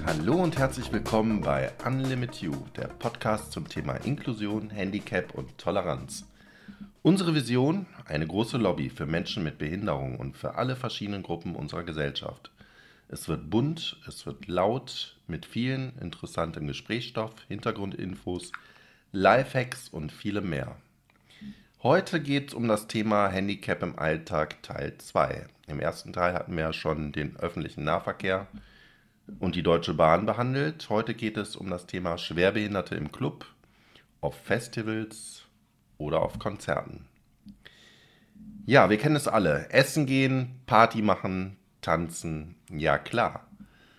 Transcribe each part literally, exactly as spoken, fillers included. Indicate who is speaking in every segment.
Speaker 1: Hallo und herzlich willkommen bei Unlimit You, der Podcast zum Thema Inklusion, Handicap und Toleranz. Unsere Vision: eine große Lobby für Menschen mit Behinderung und für alle verschiedenen Gruppen unserer Gesellschaft. Es wird bunt, es wird laut, mit vielen interessantem Gesprächsstoff, Hintergrundinfos, Lifehacks und vielem mehr. Heute geht es um das Thema Handicap im Alltag Teil zwei. Im ersten Teil hatten wir ja schon den öffentlichen Nahverkehr und die Deutsche Bahn behandelt. Heute geht es um das Thema Schwerbehinderte im Club, auf Festivals oder auf Konzerten. Ja, wir kennen es alle. Essen gehen, Party machen, tanzen, ja klar.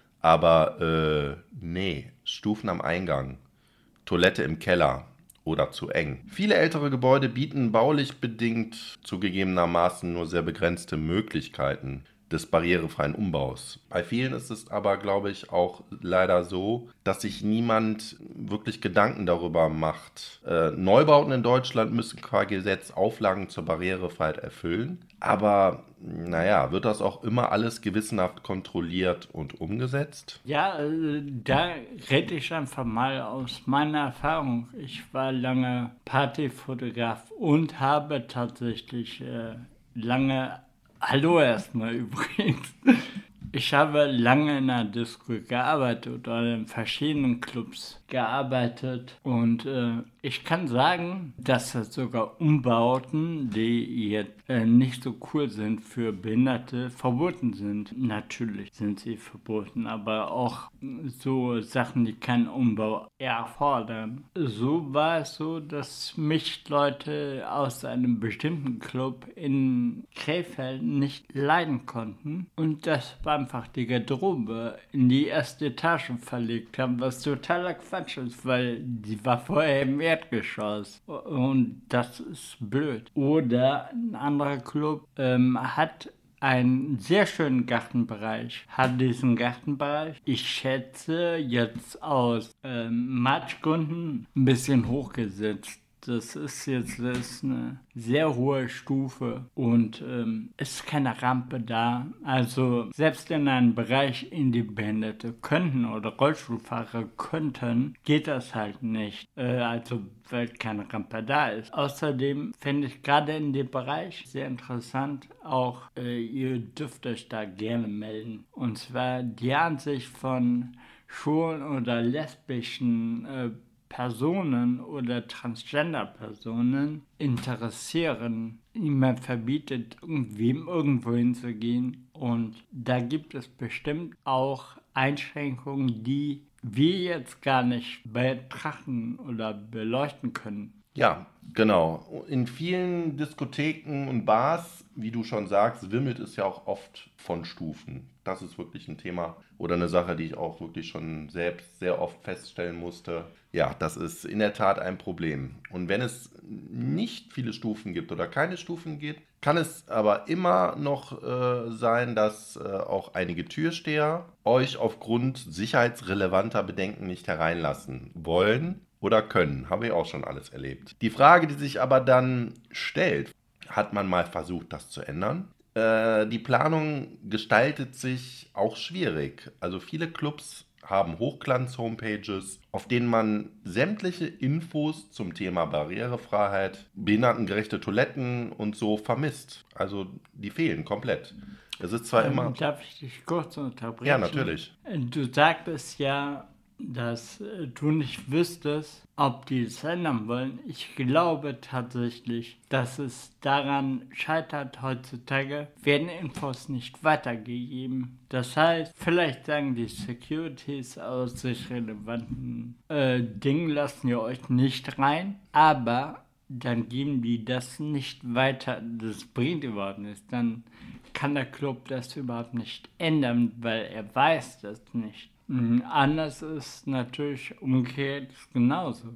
Speaker 1: Aber, äh, nee, Stufen am Eingang, Toilette im Keller oder zu eng. Viele ältere Gebäude bieten baulich bedingt zugegebenermaßen nur sehr begrenzte Möglichkeiten des barrierefreien Umbaus. Bei vielen ist es aber, glaube ich, auch leider so, dass sich niemand wirklich Gedanken darüber macht. Äh, Neubauten in Deutschland müssen qua Gesetz Auflagen zur Barrierefreiheit erfüllen, aber naja, wird das auch immer alles gewissenhaft kontrolliert und umgesetzt?
Speaker 2: Ja, äh, da rede ich einfach mal aus meiner Erfahrung. Ich war lange Partyfotograf und habe tatsächlich äh, lange Hallo erstmal übrigens. Ich habe lange in einer Disco gearbeitet oder in verschiedenen Clubs gearbeitet und äh, ich kann sagen, dass das sogar Umbauten, die jetzt äh, nicht so cool sind für Behinderte, verboten sind. Natürlich sind sie verboten, aber auch so Sachen, die keinen Umbau erfordern. So war es so, dass mich Leute aus einem bestimmten Club in Krefeld nicht leiden konnten und das war einfach die Garderobe in die erste Etage verlegt haben, was totaler Quatsch ist, weil die war vorher im Erdgeschoss und das ist blöd. Oder ein anderer Club ähm, hat einen sehr schönen Gartenbereich, hat diesen Gartenbereich, ich schätze jetzt aus ähm, Matschgründen ein bisschen hochgesetzt. Das ist jetzt das ist eine sehr hohe Stufe und ähm, es ist keine Rampe da. Also selbst in einem Bereich, in die Behinderte könnten oder Rollstuhlfahrer könnten, geht das halt nicht. Äh, also weil keine Rampe da ist. Außerdem finde ich gerade in dem Bereich sehr interessant, auch äh, ihr dürft euch da gerne melden. Und zwar die Ansicht von schwulen oder lesbischen äh, Personen oder Transgender-Personen interessieren. Niemand verbietet irgendwem irgendwo hinzugehen und da gibt es bestimmt auch Einschränkungen, die wir jetzt gar nicht betrachten oder beleuchten können.
Speaker 1: Ja, genau. In vielen Diskotheken und Bars, wie du schon sagst, wimmelt es ja auch oft von Stufen. Das ist wirklich ein Thema oder eine Sache, die ich auch wirklich schon selbst sehr oft feststellen musste. Ja, das ist in der Tat ein Problem. Und wenn es nicht viele Stufen gibt oder keine Stufen gibt, kann es aber immer noch äh, sein, dass äh, auch einige Türsteher euch aufgrund sicherheitsrelevanter Bedenken nicht hereinlassen wollen oder können. Habe ich auch schon alles erlebt. Die Frage, die sich aber dann stellt: Hat man mal versucht, das zu ändern? Äh, die Planung gestaltet sich auch schwierig. Also viele Clubs haben Hochglanz-Homepages, auf denen man sämtliche Infos zum Thema Barrierefreiheit, behindertengerechte Toiletten und so vermisst. Also die fehlen komplett. Es ist zwar
Speaker 2: Ähm,
Speaker 1: immer...
Speaker 2: darf ich dich kurz unterbrechen?
Speaker 1: Ja, natürlich.
Speaker 2: Du sagtest ja, dass äh, du nicht wüsstest, ob die es ändern wollen. Ich glaube tatsächlich, dass es daran scheitert heutzutage, werden Infos nicht weitergegeben. Das heißt, vielleicht sagen die Securities aus sich relevanten äh, Dingen, lassen wir euch nicht rein, aber dann geben die das nicht weiter. Das bringt überhaupt nichts. Dann kann der Club das überhaupt nicht ändern, weil er weiß das nicht. Anders ist natürlich umgekehrt genauso.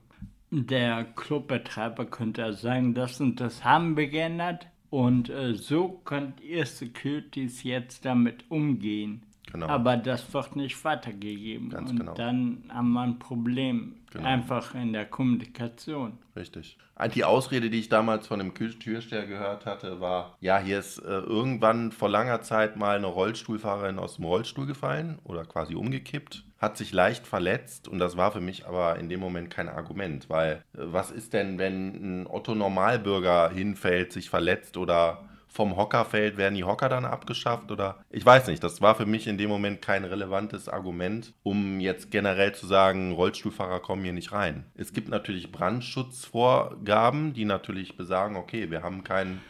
Speaker 2: Der Clubbetreiber könnte sagen, das und das haben wir geändert und äh, so könnt ihr Securities jetzt damit umgehen.
Speaker 1: Genau.
Speaker 2: Aber das wird nicht weitergegeben.
Speaker 1: Ganz
Speaker 2: und
Speaker 1: genau.
Speaker 2: dann haben wir ein Problem,
Speaker 1: Genau.
Speaker 2: einfach in der Kommunikation.
Speaker 1: Richtig. Die Ausrede, die ich damals von dem Türsteher gehört hatte, war, ja, hier ist äh, irgendwann vor langer Zeit mal eine Rollstuhlfahrerin aus dem Rollstuhl gefallen oder quasi umgekippt, hat sich leicht verletzt und das war für mich aber in dem Moment kein Argument, weil äh, was ist denn, wenn ein Otto-Normalbürger hinfällt, sich verletzt oder vom Hocker fällt, werden die Hocker dann abgeschafft oder ich weiß nicht, das war für mich in dem Moment kein relevantes Argument, um jetzt generell zu sagen, Rollstuhlfahrer kommen hier nicht rein. Es gibt natürlich Brandschutzvorgaben, die natürlich besagen, okay, wir haben keinen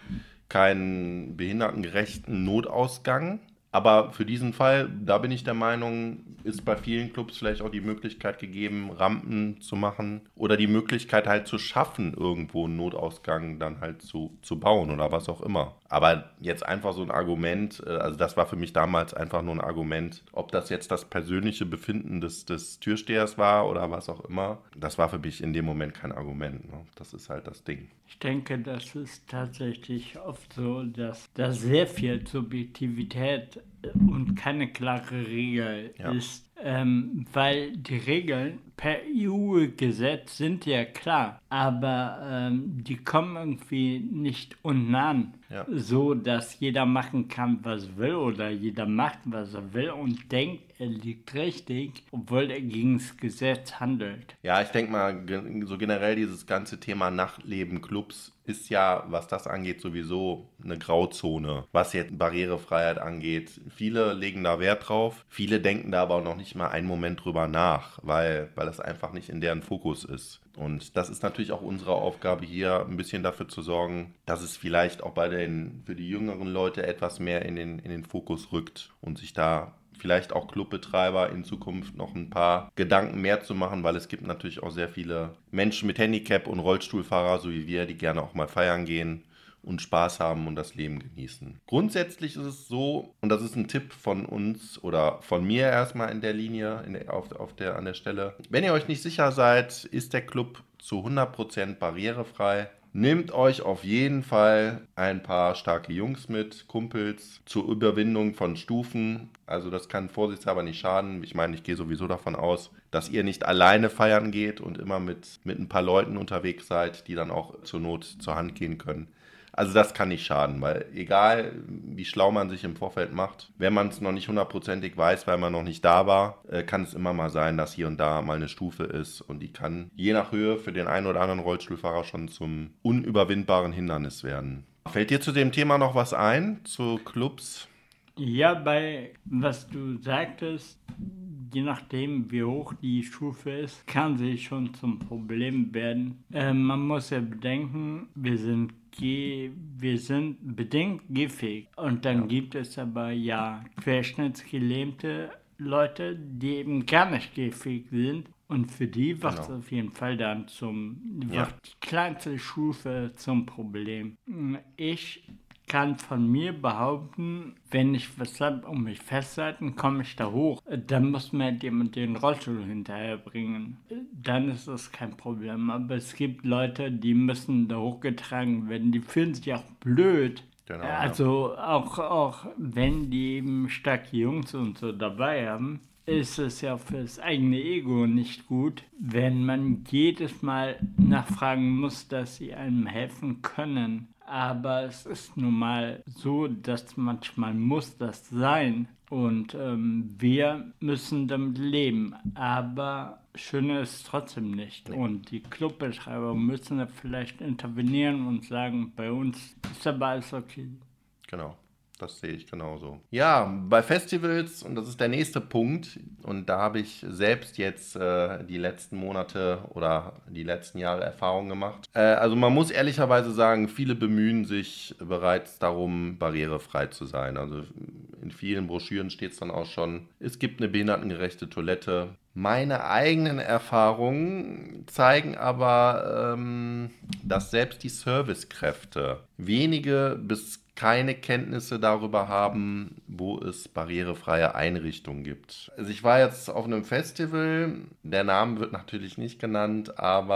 Speaker 1: keinen behindertengerechten Notausgang, aber für diesen Fall, da bin ich der Meinung, ist bei vielen Clubs vielleicht auch die Möglichkeit gegeben, Rampen zu machen oder die Möglichkeit halt zu schaffen, irgendwo einen Notausgang dann halt zu, zu bauen oder was auch immer. Aber jetzt einfach so ein Argument, also das war für mich damals einfach nur ein Argument, ob das jetzt das persönliche Befinden des, des Türstehers war oder was auch immer, das war für mich in dem Moment kein Argument. Ne? Das ist halt das Ding.
Speaker 2: Ich denke, das ist tatsächlich oft so, dass da sehr viel Subjektivität und keine klare Regel
Speaker 1: Ja.
Speaker 2: ist, ähm, weil die Regeln per E U-Gesetz sind ja klar, aber ähm, die kommen irgendwie nicht unten an,
Speaker 1: Ja.
Speaker 2: so dass jeder machen kann, was er will oder jeder macht, was er will und denkt, er liegt richtig, obwohl er gegen das Gesetz handelt.
Speaker 1: Ja, ich denke mal, ge- so generell dieses ganze Thema Nachtleben, Clubs ist ja, was das angeht, sowieso eine Grauzone, was jetzt Barrierefreiheit angeht. Viele legen da Wert drauf, viele denken da aber auch noch nicht mal einen Moment drüber nach, weil, weil das einfach nicht in deren Fokus ist. Und das ist natürlich auch unsere Aufgabe hier, ein bisschen dafür zu sorgen, dass es vielleicht auch bei den, für die jüngeren Leute etwas mehr in den, in den Fokus rückt und sich da vielleicht auch Clubbetreiber in Zukunft noch ein paar Gedanken mehr zu machen, weil es gibt natürlich auch sehr viele Menschen mit Handicap und Rollstuhlfahrer, so wie wir, die gerne auch mal feiern gehen und Spaß haben und das Leben genießen. Grundsätzlich ist es so, und das ist ein Tipp von uns oder von mir erstmal in der Linie, in der, auf, auf der, an der Stelle. Wenn ihr euch nicht sicher seid, ist der Club zu hundert Prozent barrierefrei. Nehmt euch auf jeden Fall ein paar starke Jungs mit, Kumpels, zur Überwindung von Stufen. Also das kann vorsichtshalber nicht schaden. Ich meine, ich gehe sowieso davon aus, dass ihr nicht alleine feiern geht und immer mit, mit ein paar Leuten unterwegs seid, die dann auch zur Not zur Hand gehen können. Also das kann nicht schaden, weil egal wie schlau man sich im Vorfeld macht, wenn man es noch nicht hundertprozentig weiß, weil man noch nicht da war, äh, kann es immer mal sein, dass hier und da mal eine Stufe ist und die kann je nach Höhe für den einen oder anderen Rollstuhlfahrer schon zum unüberwindbaren Hindernis werden. Fällt dir zu dem Thema noch was ein, zu Clubs?
Speaker 2: Ja, bei was du sagtest, je nachdem wie hoch die Stufe ist, kann sie schon zum Problem werden. Äh, man muss ja bedenken, wir sind Ge- wir sind bedingt gehfähig. Und dann
Speaker 1: Ja.
Speaker 2: gibt es aber ja querschnittsgelähmte Leute, die eben gar nicht gehfähig sind. Und für die wird es
Speaker 1: Genau.
Speaker 2: auf jeden Fall dann zum, wird
Speaker 1: Ja.
Speaker 2: die kleinste Stufe zum Problem. Ich kann von mir behaupten, wenn ich was habe und mich festhalten, komme ich da hoch. Dann muss mir jemand den Rollstuhl hinterherbringen. Dann ist das kein Problem. Aber es gibt Leute, die müssen da hochgetragen werden. Die fühlen sich auch blöd.
Speaker 1: Genau,
Speaker 2: Also auch, auch wenn die eben starke Jungs und so dabei haben, ist es ja für das eigene Ego nicht gut, wenn man jedes Mal nachfragen muss, dass sie einem helfen können. Aber es ist nun mal so, dass manchmal muss das sein. Und ähm, wir müssen damit leben. Aber schöner ist es trotzdem nicht.
Speaker 1: Nee.
Speaker 2: Und die Clubbetreiber müssen da vielleicht intervenieren und sagen, bei uns ist aber alles okay.
Speaker 1: Genau, das sehe ich genauso. Ja, bei Festivals, und das ist der nächste Punkt, und da habe ich selbst jetzt äh, die letzten Monate oder die letzten Jahre Erfahrung gemacht. Äh, also man muss ehrlicherweise sagen, viele bemühen sich bereits darum, barrierefrei zu sein. Also in vielen Broschüren steht es dann auch schon, es gibt eine behindertengerechte Toilette. Meine eigenen Erfahrungen zeigen aber, ähm, dass selbst die Servicekräfte wenige bis keine Kenntnisse darüber haben, wo es barrierefreie Einrichtungen gibt. Also ich war jetzt auf einem Festival, der Name wird natürlich nicht genannt, aber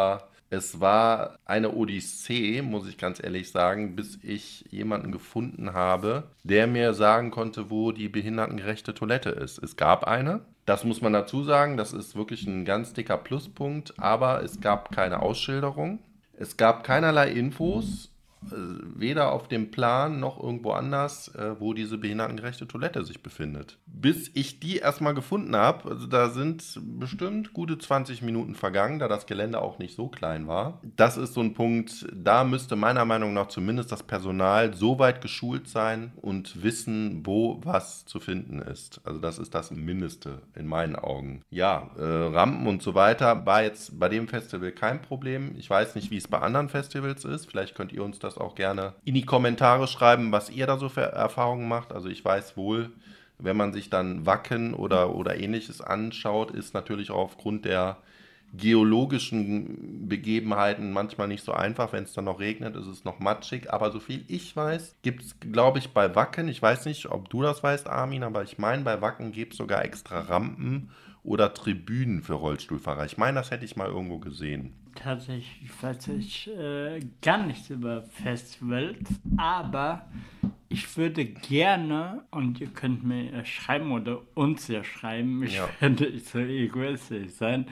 Speaker 1: Es war eine Odyssee, muss ich ganz ehrlich sagen, bis ich jemanden gefunden habe, der mir sagen konnte, wo die behindertengerechte Toilette ist. Es gab eine, das muss man dazu sagen, das ist wirklich ein ganz dicker Pluspunkt, aber es gab keine Ausschilderung. Es gab keinerlei Infos, äh, weder auf dem Plan noch irgendwo anders, äh, wo diese behindertengerechte Toilette sich befindet. Bis ich die erstmal gefunden habe, also da sind bestimmt gute zwanzig Minuten vergangen, da das Gelände auch nicht so klein war. Das ist so ein Punkt, da müsste meiner Meinung nach zumindest das Personal so weit geschult sein und wissen, wo was zu finden ist. Also das ist das Mindeste in meinen Augen. Ja, äh, Rampen und so weiter war jetzt bei dem Festival kein Problem. Ich weiß nicht, wie es bei anderen Festivals ist. Vielleicht könnt ihr uns das auch gerne in die Kommentare schreiben, was ihr da so für Erfahrungen macht. Also ich weiß wohl, wenn man sich dann Wacken oder, oder ähnliches anschaut, ist natürlich auch aufgrund der geologischen Begebenheiten manchmal nicht so einfach. Wenn es dann noch regnet, ist es noch matschig. Aber so viel ich weiß, gibt es, glaube ich, bei Wacken, ich weiß nicht, ob du das weißt, Armin, aber ich meine, bei Wacken gibt es sogar extra Rampen oder Tribünen für Rollstuhlfahrer. Ich meine, das hätte ich mal irgendwo gesehen.
Speaker 2: Tatsächlich weiß ich äh, gar nichts über Festivals, aber ich würde gerne, und ihr könnt mir schreiben oder uns ja schreiben, ich
Speaker 1: Ja.
Speaker 2: werde nicht so egoistisch sein.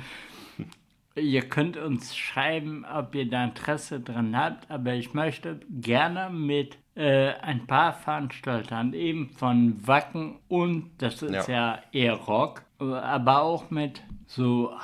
Speaker 2: Ihr könnt uns schreiben, ob ihr da Interesse dran habt, aber ich möchte gerne mit äh, ein paar Veranstaltern, eben von Wacken und, das ist ja, ja eher Rock, aber auch mit so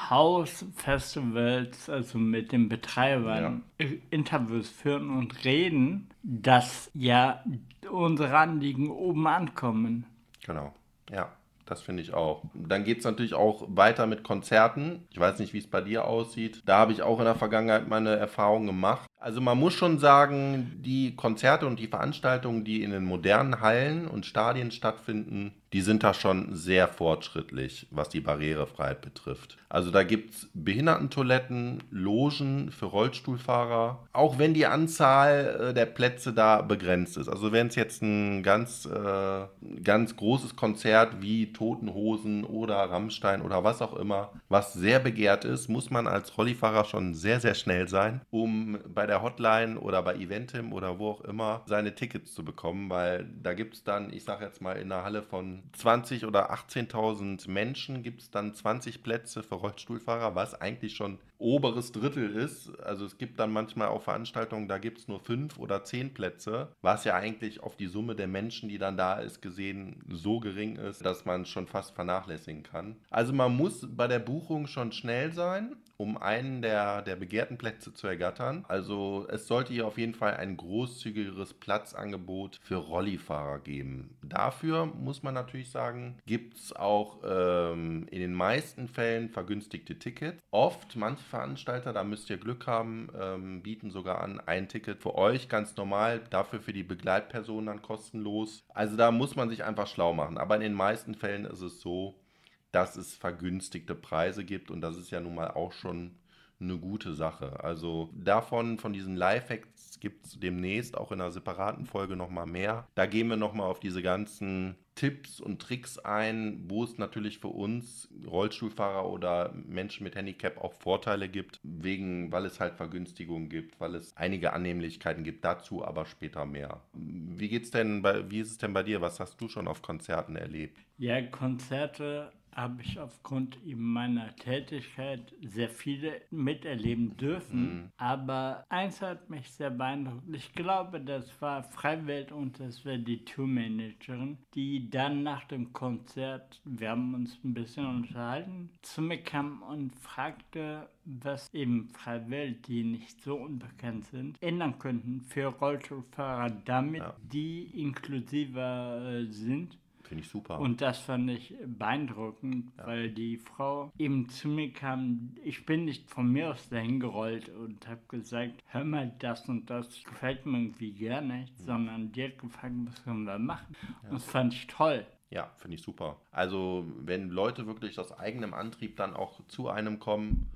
Speaker 2: Hausfestivals, also mit den Betreibern, ja. Interviews führen und reden, dass ja unsere Anliegen oben ankommen.
Speaker 1: Genau, ja. Das finde ich auch. Dann geht es natürlich auch weiter mit Konzerten. Ich weiß nicht, wie es bei dir aussieht. Da habe ich auch in der Vergangenheit meine Erfahrungen gemacht. Also man muss schon sagen, die Konzerte und die Veranstaltungen, die in den modernen Hallen und Stadien stattfinden, die sind da schon sehr fortschrittlich, was die Barrierefreiheit betrifft. Also da gibt es Behindertentoiletten, Logen für Rollstuhlfahrer, auch wenn die Anzahl äh, der Plätze da begrenzt ist. Also wenn es jetzt ein ganz, äh, ganz großes Konzert wie Toten Hosen oder Rammstein oder was auch immer, was sehr begehrt ist, muss man als Rollifahrer schon sehr, sehr schnell sein, um bei der Hotline oder bei Eventim oder wo auch immer seine Tickets zu bekommen, weil da gibt es dann, ich sage jetzt mal in einer Halle von zwanzig oder achtzehntausend Menschen gibt es dann zwanzig Plätze für Rollstuhlfahrer, was eigentlich schon oberes Drittel ist. Also es gibt dann manchmal auch Veranstaltungen, da gibt es nur fünf oder zehn Plätze, was ja eigentlich auf die Summe der Menschen, die dann da ist, gesehen so gering ist, dass man schon fast vernachlässigen kann. Also man muss bei der Buchung schon schnell sein, um einen der, der begehrten Plätze zu ergattern. Also es sollte hier auf jeden Fall ein großzügigeres Platzangebot für Rollifahrer geben. Dafür muss man natürlich sagen, gibt es auch ähm, in den meisten Fällen vergünstigte Tickets. Oft, manche Veranstalter, da müsst ihr Glück haben, ähm, bieten sogar an, ein Ticket für euch ganz normal, dafür für die Begleitpersonen dann kostenlos. Also da muss man sich einfach schlau machen. Aber in den meisten Fällen ist es so, dass es vergünstigte Preise gibt und das ist ja nun mal auch schon eine gute Sache. Also davon, von diesen Lifehacks gibt es demnächst auch in einer separaten Folge nochmal mehr. Da gehen wir nochmal auf diese ganzen Tipps und Tricks ein, wo es natürlich für uns Rollstuhlfahrer oder Menschen mit Handicap auch Vorteile gibt, wegen, weil es halt Vergünstigungen gibt, weil es einige Annehmlichkeiten gibt, dazu aber später mehr. Wie geht's denn bei, wie ist es denn bei dir? Was hast du schon auf Konzerten erlebt?
Speaker 2: Ja, Konzerte habe ich aufgrund eben meiner Tätigkeit sehr viele miterleben dürfen. Mhm. Aber eins hat mich sehr beeindruckt. Ich glaube, das war Freiwelt und das war die Tourmanagerin, die dann nach dem Konzert, wir haben uns ein bisschen unterhalten, zu mir kam und fragte, was eben Freiwelt, die nicht so unbekannt sind, ändern könnten für Rollstuhlfahrer, damit ja. die inklusiver äh, sind.
Speaker 1: Finde ich super.
Speaker 2: Und das fand ich beeindruckend, ja. weil die Frau eben zu mir kam, ich bin nicht von mir aus dahin gerollt und habe gesagt, hör mal, das und das gefällt mir irgendwie gar nicht, mhm. sondern die hat gefragt, was können wir machen. Ja. Und das fand ich toll.
Speaker 1: Ja, finde ich super. Also wenn Leute wirklich aus eigenem Antrieb dann auch zu einem kommen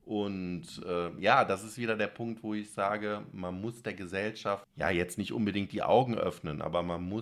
Speaker 1: und äh, ja, das ist wieder der Punkt, wo ich sage, man muss der Gesellschaft ja jetzt nicht unbedingt die Augen öffnen, aber man muss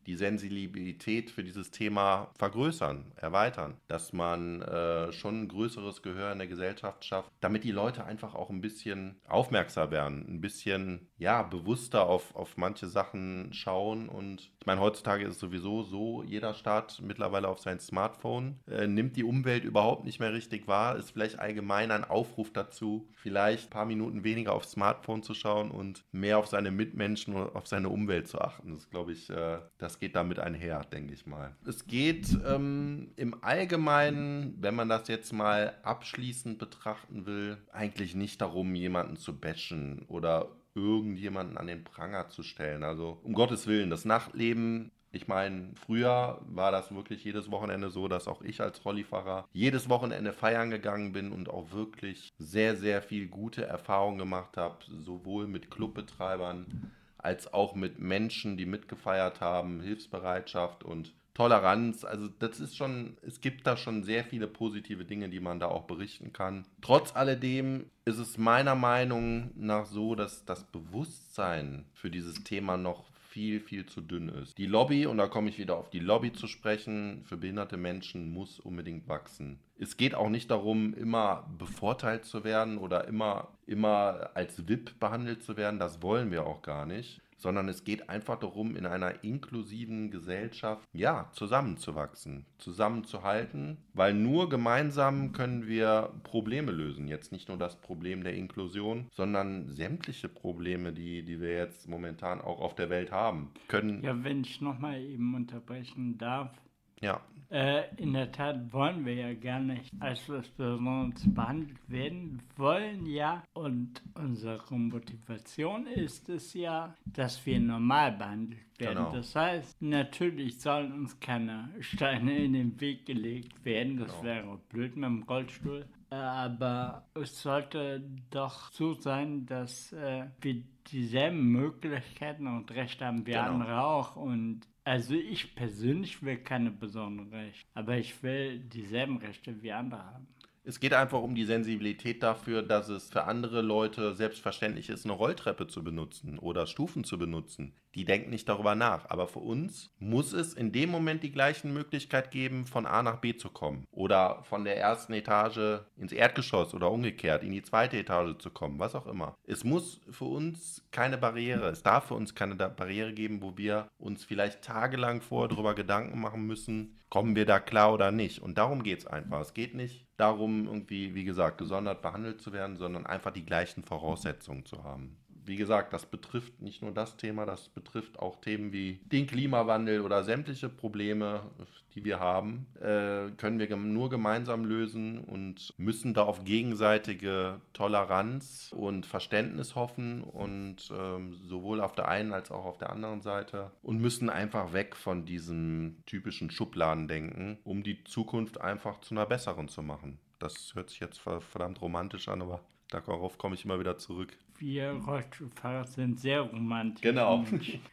Speaker 1: die Sensibilität für dieses Thema vergrößern, erweitern, dass man äh, schon ein größeres Gehör in der Gesellschaft schafft, damit die Leute einfach auch ein bisschen aufmerksam werden, ein bisschen ja, bewusster auf, auf manche Sachen schauen. Und ich meine, heutzutage ist es sowieso so, jeder starrt mittlerweile auf sein Smartphone, äh, nimmt die Umwelt überhaupt nicht mehr richtig wahr, ist vielleicht allgemein ein Aufruf dazu, vielleicht ein paar Minuten weniger aufs Smartphone zu schauen und mehr auf seine Mitmenschen und auf seine Umwelt zu achten. Das glaube ich, äh, das geht damit einher, denke ich mal. Es geht ähm, im Allgemeinen, wenn man das jetzt mal abschließend betrachten will, eigentlich nicht darum, jemanden zu bashen oder irgendjemanden an den Pranger zu stellen. Also um Gottes Willen, das Nachtleben, ich meine, früher war das wirklich jedes Wochenende so, dass auch ich als Rollifahrer jedes Wochenende feiern gegangen bin und auch wirklich sehr, sehr viel gute Erfahrungen gemacht habe, sowohl mit Clubbetreibern als auch mit Menschen, die mitgefeiert haben, Hilfsbereitschaft und Toleranz. Also das ist schon, es gibt da schon sehr viele positive Dinge, die man da auch berichten kann. Trotz alledem ist es meiner Meinung nach so, dass das Bewusstsein für dieses Thema noch viel, viel zu dünn ist. Die Lobby, und da komme ich wieder auf die Lobby zu sprechen, für behinderte Menschen muss unbedingt wachsen. Es geht auch nicht darum, immer bevorteilt zu werden oder immer, immer als V I P behandelt zu werden. Das wollen wir auch gar nicht. Sondern es geht einfach darum, in einer inklusiven Gesellschaft, ja, zusammenzuwachsen, zusammenzuhalten, weil nur gemeinsam können wir Probleme lösen. Jetzt nicht nur das Problem der Inklusion, sondern sämtliche Probleme, die, die wir jetzt momentan auch auf der Welt haben, können...
Speaker 2: Ja, wenn ich nochmal eben unterbrechen darf.
Speaker 1: Ja.
Speaker 2: Äh, in der Tat wollen wir ja gar nicht als was Besonderes behandelt werden. Wir wollen ja, und unsere Motivation ist es ja, dass wir normal behandelt werden.
Speaker 1: Genau.
Speaker 2: Das heißt, natürlich sollen uns keine Steine in den Weg gelegt werden. Das
Speaker 1: Genau.
Speaker 2: wäre blöd mit dem Rollstuhl. Aber es sollte doch so sein, dass äh, wir dieselben Möglichkeiten und Rechte haben wie
Speaker 1: Genau.
Speaker 2: andere auch. Und also ich persönlich will keine besonderen Rechte, aber ich will dieselben Rechte wie andere haben.
Speaker 1: Es geht einfach um die Sensibilität dafür, dass es für andere Leute selbstverständlich ist, eine Rolltreppe zu benutzen oder Stufen zu benutzen. Die denken nicht darüber nach. Aber für uns muss es in dem Moment die gleichen Möglichkeit geben, von A nach B zu kommen. Oder von der ersten Etage ins Erdgeschoss oder umgekehrt in die zweite Etage zu kommen, was auch immer. Es muss für uns keine Barriere, es darf für uns keine Barriere geben, wo wir uns vielleicht tagelang vorher darüber Gedanken machen müssen, kommen wir da klar oder nicht. Und darum geht es einfach. Es geht nicht darum, irgendwie, wie gesagt, gesondert behandelt zu werden, sondern einfach die gleichen Voraussetzungen zu haben. Wie gesagt, das betrifft nicht nur das Thema, das betrifft auch Themen wie den Klimawandel oder sämtliche Probleme, die wir haben, äh, können wir nur gemeinsam lösen und müssen da auf gegenseitige Toleranz und Verständnis hoffen und ähm, sowohl auf der einen als auch auf der anderen Seite und müssen einfach weg von diesem typischen Schubladendenken, um die Zukunft einfach zu einer besseren zu machen. Das hört sich jetzt verdammt romantisch an, aber darauf komme ich immer wieder zurück.
Speaker 2: Wir Rollstuhlfahrer sind sehr romantisch.
Speaker 1: Genau.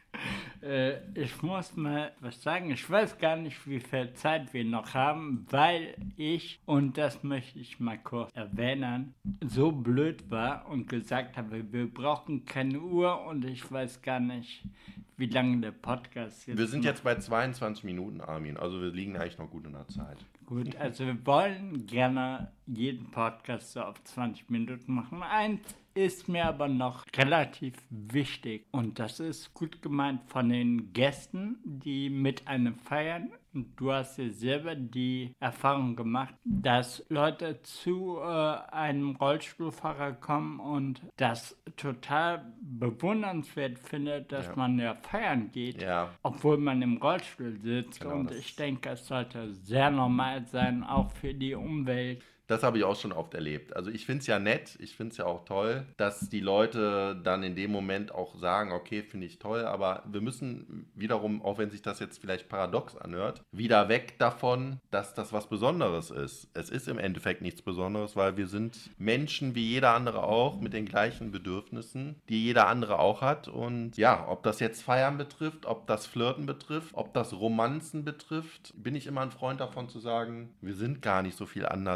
Speaker 2: äh, ich muss mal was sagen. Ich weiß gar nicht, wie viel Zeit wir noch haben, weil ich, und das möchte ich mal kurz erwähnen, so blöd war und gesagt habe, wir brauchen keine Uhr und ich weiß gar nicht, wie lange der Podcast jetzt
Speaker 1: Wir sind
Speaker 2: noch
Speaker 1: jetzt bei zweiundzwanzig Minuten, Armin. Also wir liegen eigentlich noch gut in der Zeit.
Speaker 2: Gut, also wir wollen gerne jeden Podcast so auf zwanzig Minuten machen. Eins ist mir aber noch relativ wichtig und das ist gut gemeint von den Gästen, die mit einem feiern. Und du hast ja selber die Erfahrung gemacht, dass Leute zu äh, einem Rollstuhlfahrer kommen und das total bewundernswert findet, dass
Speaker 1: Ja.
Speaker 2: man ja feiern geht,
Speaker 1: Ja.
Speaker 2: obwohl man im Rollstuhl sitzt.
Speaker 1: Genau,
Speaker 2: und
Speaker 1: das-
Speaker 2: ich denke, es sollte sehr normal sein, auch für die Umwelt.
Speaker 1: Das habe ich auch schon oft erlebt. Also ich finde es ja nett, ich finde es ja auch toll, dass die Leute dann in dem Moment auch sagen, okay, finde ich toll, aber wir müssen wiederum, auch wenn sich das jetzt vielleicht paradox anhört, wieder weg davon, dass das was Besonderes ist. Es ist im Endeffekt nichts Besonderes, weil wir sind Menschen wie jeder andere auch mit den gleichen Bedürfnissen, die jeder andere auch hat. Und ja, ob das jetzt Feiern betrifft, ob das Flirten betrifft, ob das Romanzen betrifft, bin ich immer ein Freund davon zu sagen, wir sind gar nicht so viel anders als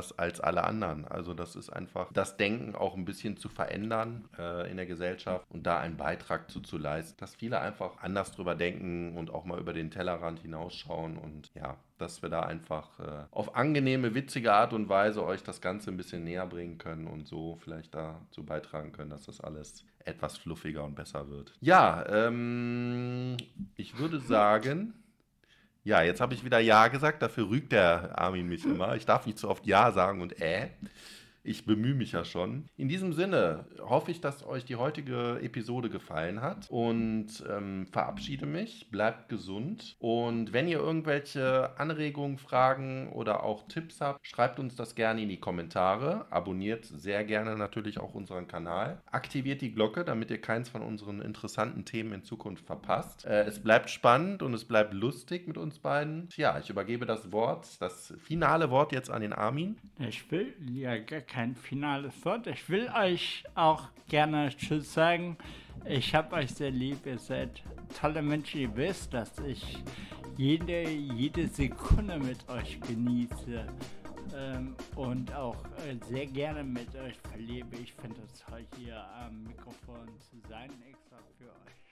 Speaker 1: alle anderen. Also das ist einfach das Denken auch ein bisschen zu verändern äh, in der Gesellschaft und da einen Beitrag zu, zu leisten, dass viele einfach anders drüber denken und auch mal über den Tellerrand hinausschauen und ja, dass wir da einfach äh, auf angenehme, witzige Art und Weise euch das Ganze ein bisschen näher bringen können und so vielleicht dazu beitragen können, dass das alles etwas fluffiger und besser wird. Ja, ähm, ich würde sagen, ja, jetzt habe ich wieder Ja gesagt, dafür rügt der Armin mich immer. Ich darf nicht zu oft Ja sagen und äh. Ich bemühe mich ja schon. In diesem Sinne hoffe ich, dass euch die heutige Episode gefallen hat und ähm, verabschiede mich. Bleibt gesund. Und wenn ihr irgendwelche Anregungen, Fragen oder auch Tipps habt, schreibt uns das gerne in die Kommentare. Abonniert sehr gerne natürlich auch unseren Kanal. Aktiviert die Glocke, damit ihr keins von unseren interessanten Themen in Zukunft verpasst. Äh, es bleibt spannend und es bleibt lustig mit uns beiden. Ja, ich übergebe das Wort, das finale Wort jetzt an den Armin.
Speaker 2: Ich will ja gar kein finales Wort. Ich will euch auch gerne Tschüss sagen. Ich habe euch sehr lieb. Ihr seid tolle Menschen. Ihr wisst, dass ich jede, jede Sekunde mit euch genieße ähm, und auch äh, sehr gerne mit euch verlebe. Ich finde es toll, hier am Mikrofon zu sein, extra für euch.